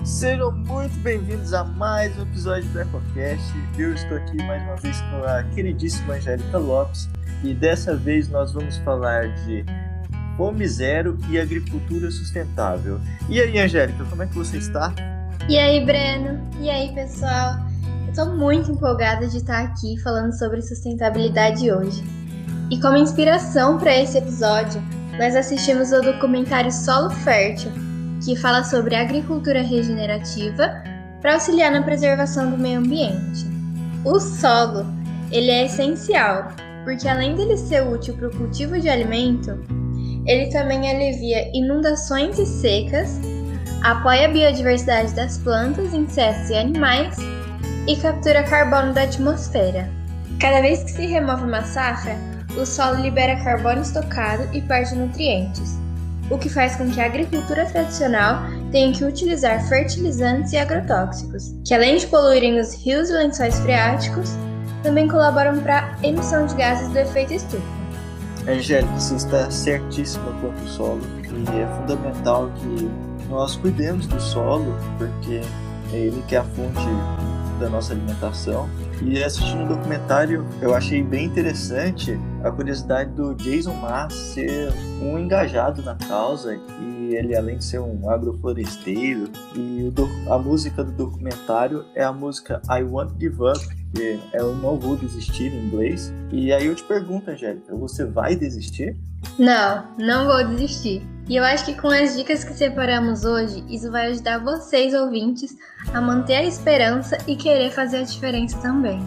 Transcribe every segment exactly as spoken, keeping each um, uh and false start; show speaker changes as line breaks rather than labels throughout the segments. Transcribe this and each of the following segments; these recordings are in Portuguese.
Sejam muito bem-vindos a mais um episódio do EcoCast. Eu estou aqui mais uma vez com a queridíssima Angélica Lopes e dessa vez nós vamos falar de fome zero e agricultura sustentável. E aí, Angélica, como é que você está?
E aí, Breno? E aí, pessoal? Eu estou muito empolgada de estar aqui falando sobre sustentabilidade hoje. E como inspiração para esse episódio, nós assistimos ao documentário Solo Fértil, que fala sobre agricultura regenerativa para auxiliar na preservação do meio ambiente. O solo, ele é essencial, porque além dele ser útil para o cultivo de alimento, ele também alivia inundações e secas, apoia a biodiversidade das plantas, insetos e animais e captura carbono da atmosfera. Cada vez que se remove uma safra, o solo libera carbono estocado e perde nutrientes, o que faz com que a agricultura tradicional tenha que utilizar fertilizantes e agrotóxicos, que além de poluírem os rios e lençóis freáticos, também colaboram para a emissão de gases do efeito estufa.
Angélica, você está certíssima quanto ao solo e é fundamental que nós cuidemos do solo, porque é ele que é a fonte da nossa alimentação. E assistindo o documentário, eu achei bem interessante a curiosidade do Jason Mraz ser um engajado na causa, e ele, além de ser um agrofloresteiro, e o do, a música do documentário é a música I Won't Give Up, que é o Não Vou Desistir em inglês. E aí eu te pergunto, Angélica, você vai desistir?
Não, não vou desistir. E eu acho que com as dicas que separamos hoje, isso vai ajudar vocês, ouvintes, a manter a esperança e querer fazer a diferença também.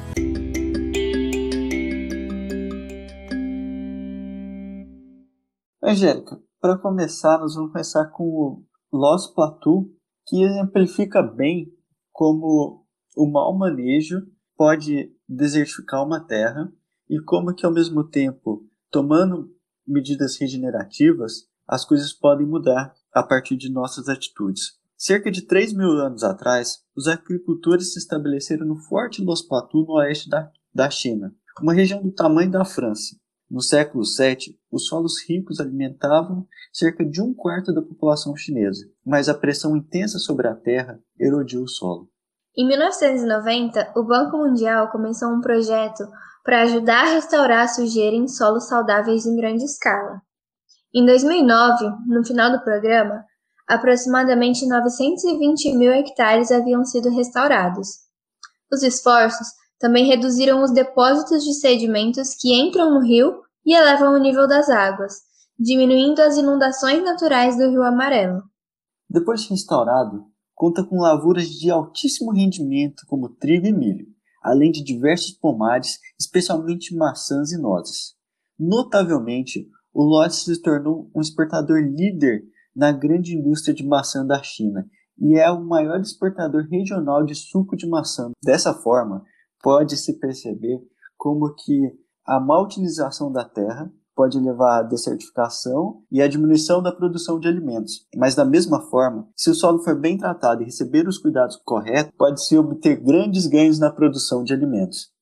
Angélica, para começar, nós vamos começar com o Loss Plateau, que exemplifica bem como o mau manejo pode desertificar uma terra e como que, ao mesmo tempo, tomando medidas regenerativas, as coisas podem mudar a partir de nossas atitudes. Cerca de três mil anos atrás, os agricultores se estabeleceram no Forte Loss Plateau, no oeste da, da China, uma região do tamanho da França. No século sétimo, os solos ricos alimentavam cerca de um quarto da população chinesa, mas a pressão intensa sobre a terra erodiu o solo.
Em mil novecentos e noventa, o Banco Mundial começou um projeto para ajudar a restaurar a sujeira em solos saudáveis em grande escala. Em dois mil e nove, no final do programa, aproximadamente novecentos e vinte mil hectares haviam sido restaurados. Os esforços também reduziram os depósitos de sedimentos que entram no rio e elevam o nível das águas, diminuindo as inundações naturais do Rio Amarelo.
Depois de restaurado, conta com lavouras de altíssimo rendimento como trigo e milho, além de diversos pomares, especialmente maçãs e nozes. Notavelmente, o lote se tornou um exportador líder na grande indústria de maçã da China e é o maior exportador regional de suco de maçã. Dessa forma, pode-se perceber como que a má utilização da terra pode levar à desertificação e à diminuição da produção de alimentos. Mas, da mesma forma, se o solo for bem tratado e receber os cuidados corretos, pode-se obter grandes ganhos na produção de alimentos.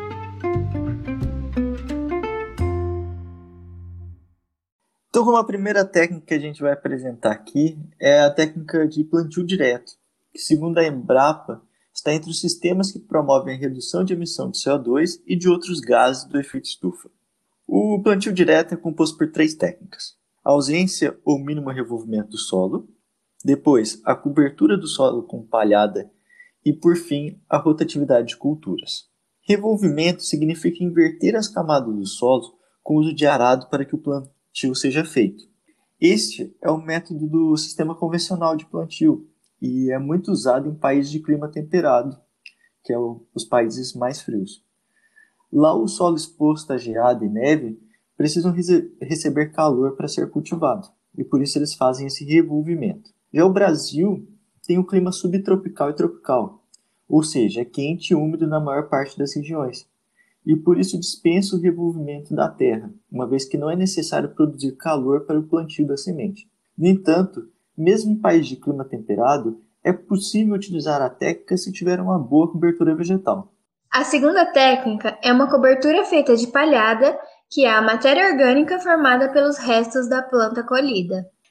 Então, como a primeira técnica que a gente vai apresentar aqui é a técnica de plantio direto, que, segundo a Embrapa, está entre os sistemas que promovem a redução de emissão de C O dois e de outros gases do efeito estufa. O plantio direto é composto por três técnicas: a ausência ou mínimo revolvimento do solo, depois a cobertura do solo com palhada e, por fim, a rotatividade de culturas. Revolvimento significa inverter as camadas do solo com o uso de arado para que o plantio seja feito. Este é o método do sistema convencional de plantio e é muito usado em países de clima temperado, que é o, os países mais frios. Lá, o solo exposto a geada e neve precisam rece- receber calor para ser cultivado, e por isso eles fazem esse revolvimento. Já o Brasil tem um clima subtropical e tropical, ou seja, é quente e úmido na maior parte das regiões, e por isso dispensa o revolvimento da terra, uma vez que não é necessário produzir calor para o plantio da semente. No entanto, mesmo em países de clima temperado, é possível utilizar a técnica se tiver uma boa cobertura vegetal.
A segunda técnica é uma cobertura feita de palhada, que é a matéria orgânica formada pelos restos da planta colhida.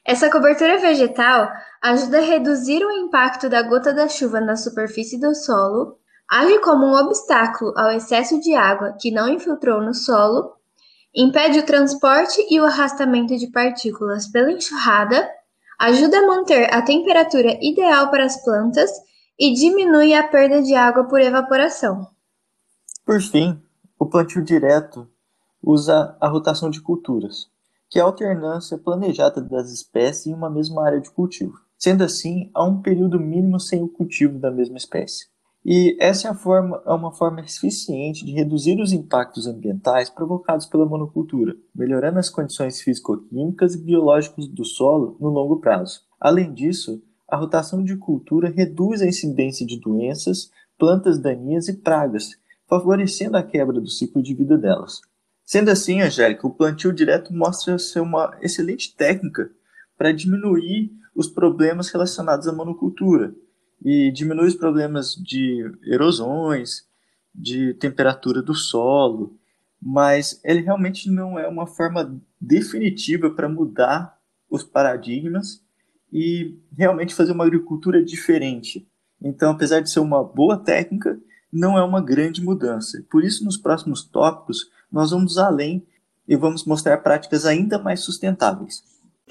Essa cobertura vegetal ajuda a reduzir o impacto da gota da chuva na superfície do solo, age como um obstáculo ao excesso de água que não infiltrou no solo, impede o transporte e o arrastamento de partículas pela enxurrada, ajuda a manter a temperatura ideal para as plantas e diminui a perda de água por evaporação.
Por fim, o plantio direto usa a rotação de culturas, que é a alternância planejada das espécies em uma mesma área de cultivo. Sendo assim, há um período mínimo sem o cultivo da mesma espécie. E essa é, a forma, é uma forma eficiente de reduzir os impactos ambientais provocados pela monocultura, melhorando as condições físico-químicas e biológicas do solo no longo prazo. Além disso, a rotação de cultura reduz a incidência de doenças, plantas daninhas e pragas, favorecendo a quebra do ciclo de vida delas. Sendo assim, Angélica, o plantio direto mostra ser uma excelente técnica para diminuir os problemas relacionados à monocultura e diminuir os problemas de erosões, de temperatura do solo, mas ele realmente não é uma forma definitiva para mudar os paradigmas e realmente fazer uma agricultura diferente. Então, apesar de ser uma boa técnica, não é uma grande mudança. Por isso, nos próximos tópicos, nós vamos além e vamos mostrar práticas ainda mais sustentáveis.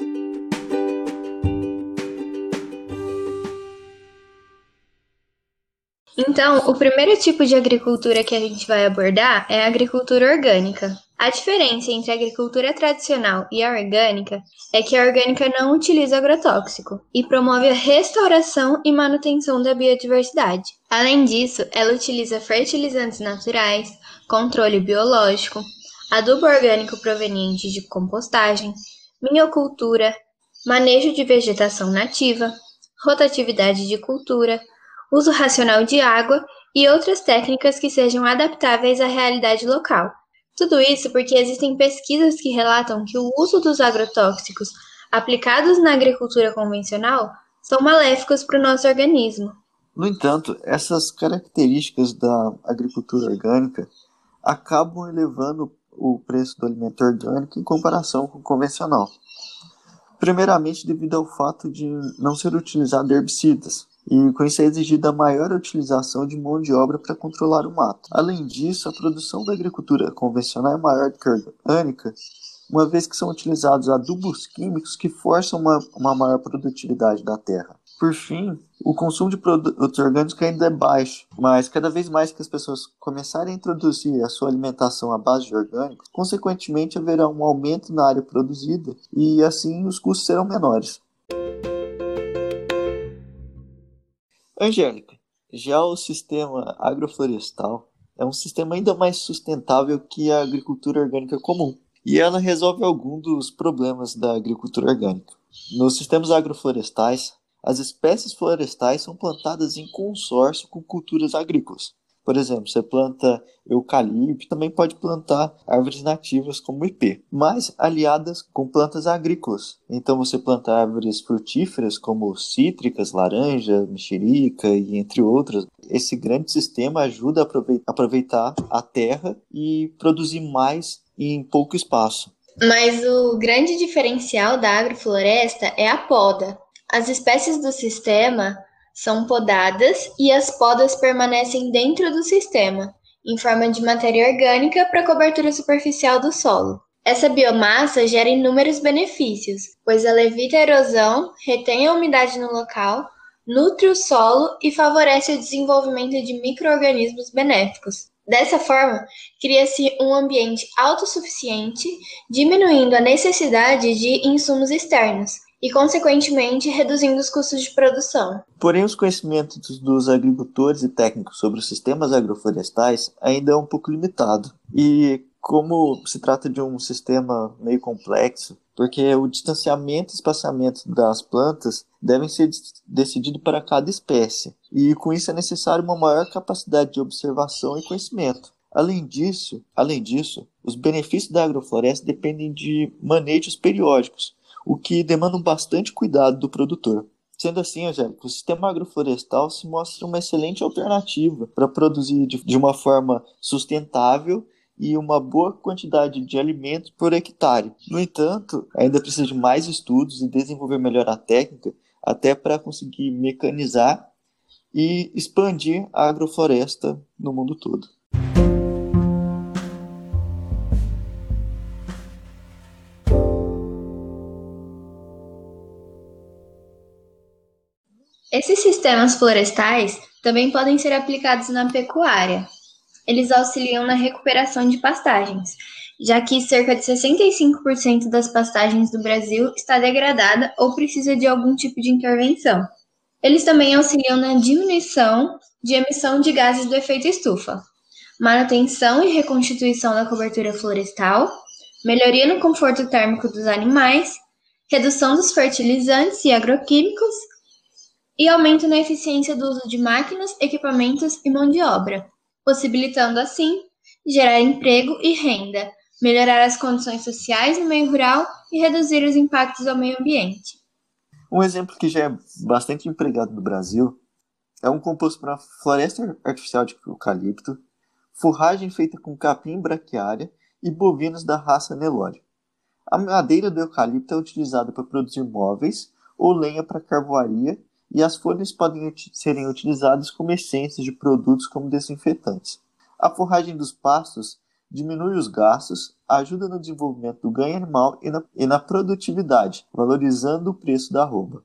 Então, o primeiro tipo de agricultura que a gente vai abordar é a agricultura orgânica. A diferença entre a agricultura tradicional e a orgânica é que a orgânica não utiliza agrotóxico e promove a restauração e manutenção da biodiversidade. Além disso, ela utiliza fertilizantes naturais, controle biológico, adubo orgânico proveniente de compostagem, minhocultura, manejo de vegetação nativa, rotatividade de cultura, uso racional de água e outras técnicas que sejam adaptáveis à realidade local. Tudo isso porque existem pesquisas que relatam que o uso dos agrotóxicos aplicados na agricultura convencional são maléficos para o nosso organismo.
No entanto, essas características da agricultura orgânica acabam elevando o preço do alimento orgânico em comparação com o convencional. Primeiramente, devido ao fato de não ser utilizado herbicidas, e com isso é exigida a maior utilização de mão de obra para controlar o mato. Além disso, a produção da agricultura convencional é maior do que a orgânica, uma vez que são utilizados adubos químicos que forçam uma, uma maior produtividade da terra. Por fim, o consumo de produtos orgânicos ainda é baixo, mas cada vez mais que as pessoas começarem a introduzir a sua alimentação à base de orgânicos, consequentemente haverá um aumento na área produzida e assim os custos serão menores. Angélica, já o sistema agroflorestal é um sistema ainda mais sustentável que a agricultura orgânica comum, e ela resolve alguns dos problemas da agricultura orgânica. Nos sistemas agroflorestais, as espécies florestais são plantadas em consórcio com culturas agrícolas. Por exemplo, você planta eucalipto, também pode plantar árvores nativas como ipê, mas aliadas com plantas agrícolas. Então você planta árvores frutíferas como cítricas, laranja, mexerica e entre outras. Esse grande sistema ajuda a aproveitar a terra e produzir mais em pouco espaço.
Mas o grande diferencial da agrofloresta é a poda. As espécies do sistema são podadas e as podas permanecem dentro do sistema, em forma de matéria orgânica para a cobertura superficial do solo. Essa biomassa gera inúmeros benefícios, pois ela evita a erosão, retém a umidade no local, nutre o solo e favorece o desenvolvimento de micro-organismos benéficos. Dessa forma, cria-se um ambiente autossuficiente, diminuindo a necessidade de insumos externos e, consequentemente, reduzindo os custos de produção.
Porém, os conhecimentos dos agricultores e técnicos sobre os sistemas agroflorestais ainda é um pouco limitado. E como se trata de um sistema meio complexo, porque o distanciamento e espaçamento das plantas devem ser decidido para cada espécie, e com isso é necessário uma maior capacidade de observação e conhecimento. Além disso, além disso, os benefícios da agrofloresta dependem de manejos periódicos, o que demanda bastante cuidado do produtor. Sendo assim, Angélica, o sistema agroflorestal se mostra uma excelente alternativa para produzir de, de uma forma sustentável e uma boa quantidade de alimentos por hectare. No entanto, ainda precisa de mais estudos e desenvolver melhor a técnica, até para conseguir mecanizar e expandir a agrofloresta no mundo todo.
Esses sistemas florestais também podem ser aplicados na pecuária. Eles auxiliam na recuperação de pastagens, já que cerca de sessenta e cinco por cento das pastagens do Brasil está degradada ou precisa de algum tipo de intervenção. Eles também auxiliam na diminuição de emissão de gases do efeito estufa, manutenção e reconstituição da cobertura florestal, melhoria no conforto térmico dos animais, redução dos fertilizantes e agroquímicos e aumento na eficiência do uso de máquinas, equipamentos e mão de obra, possibilitando assim gerar emprego e renda, melhorar as condições sociais no meio rural e reduzir os impactos ao meio ambiente.
Um exemplo que já é bastante empregado no Brasil é um composto para floresta artificial de eucalipto, forragem feita com capim braquiária e bovinos da raça Nelore. A madeira do eucalipto é utilizada para produzir móveis ou lenha para carvoaria, e as folhas podem serem utilizadas como essências de produtos como desinfetantes. A forragem dos pastos diminui os gastos, ajuda no desenvolvimento do ganho animal e na, e na produtividade, valorizando o preço da arroba.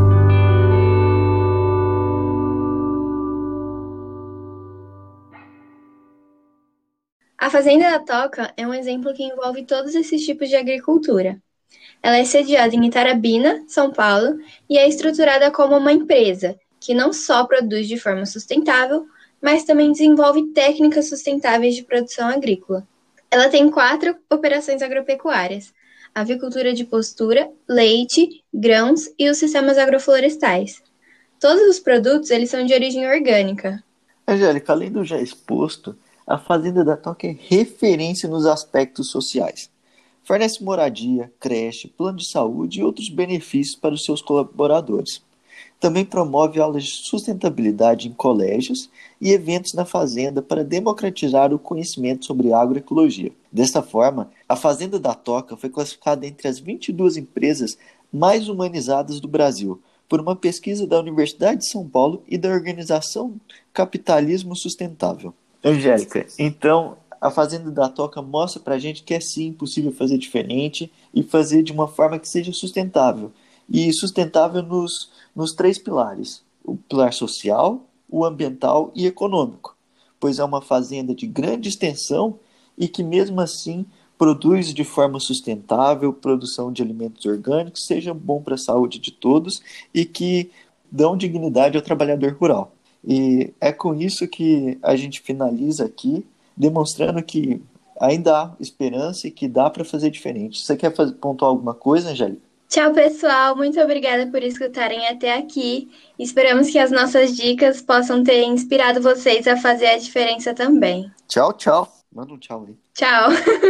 A Fazenda da Toca é um exemplo que envolve todos esses tipos de agricultura. Ela é sediada em Itarabina, São Paulo, e é estruturada como uma empresa, que não só produz de forma sustentável, mas também desenvolve técnicas sustentáveis de produção agrícola. Ela tem quatro operações agropecuárias: avicultura de postura, leite, grãos e os sistemas agroflorestais. Todos os produtos eles são de origem orgânica.
Angélica, além do já exposto, a Fazenda da Toca é referência nos aspectos sociais. Fornece moradia, creche, plano de saúde e outros benefícios para os seus colaboradores. Também promove aulas de sustentabilidade em colégios e eventos na fazenda para democratizar o conhecimento sobre agroecologia. Desta forma, a Fazenda da Toca foi classificada entre as vinte e duas empresas mais humanizadas do Brasil, por uma pesquisa da Universidade de São Paulo e da organização Capitalismo Sustentável. Angélica, então a Fazenda da Toca mostra pra gente que é sim possível fazer diferente e fazer de uma forma que seja sustentável. E sustentável nos, nos três pilares: o pilar social, o ambiental e econômico, pois é uma fazenda de grande extensão e que mesmo assim produz de forma sustentável, produção de alimentos orgânicos, seja bom para a saúde de todos e que dão dignidade ao trabalhador rural. E é com isso que a gente finaliza aqui, demonstrando que ainda há esperança e que dá para fazer diferente. Você quer fazer, pontuar alguma coisa, Angélica?
Tchau, pessoal. Muito obrigada por escutarem até aqui. Esperamos que as nossas dicas possam ter inspirado vocês a fazer a diferença também.
Tchau, tchau. Manda um tchau aí.
Tchau.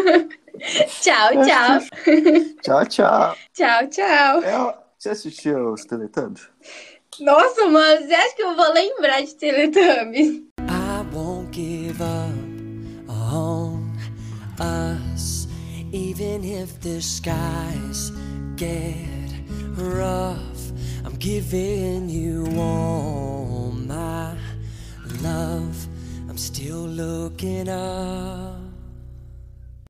Tchau, tchau.
Tchau, tchau.
Tchau, tchau.
É, você assistiu os Teletubbies?
Nossa, mano, você acha que eu vou lembrar de Teletubbies?
I won't give up on us, even if the skies get rough. I'm giving you all my love. I'm still looking up.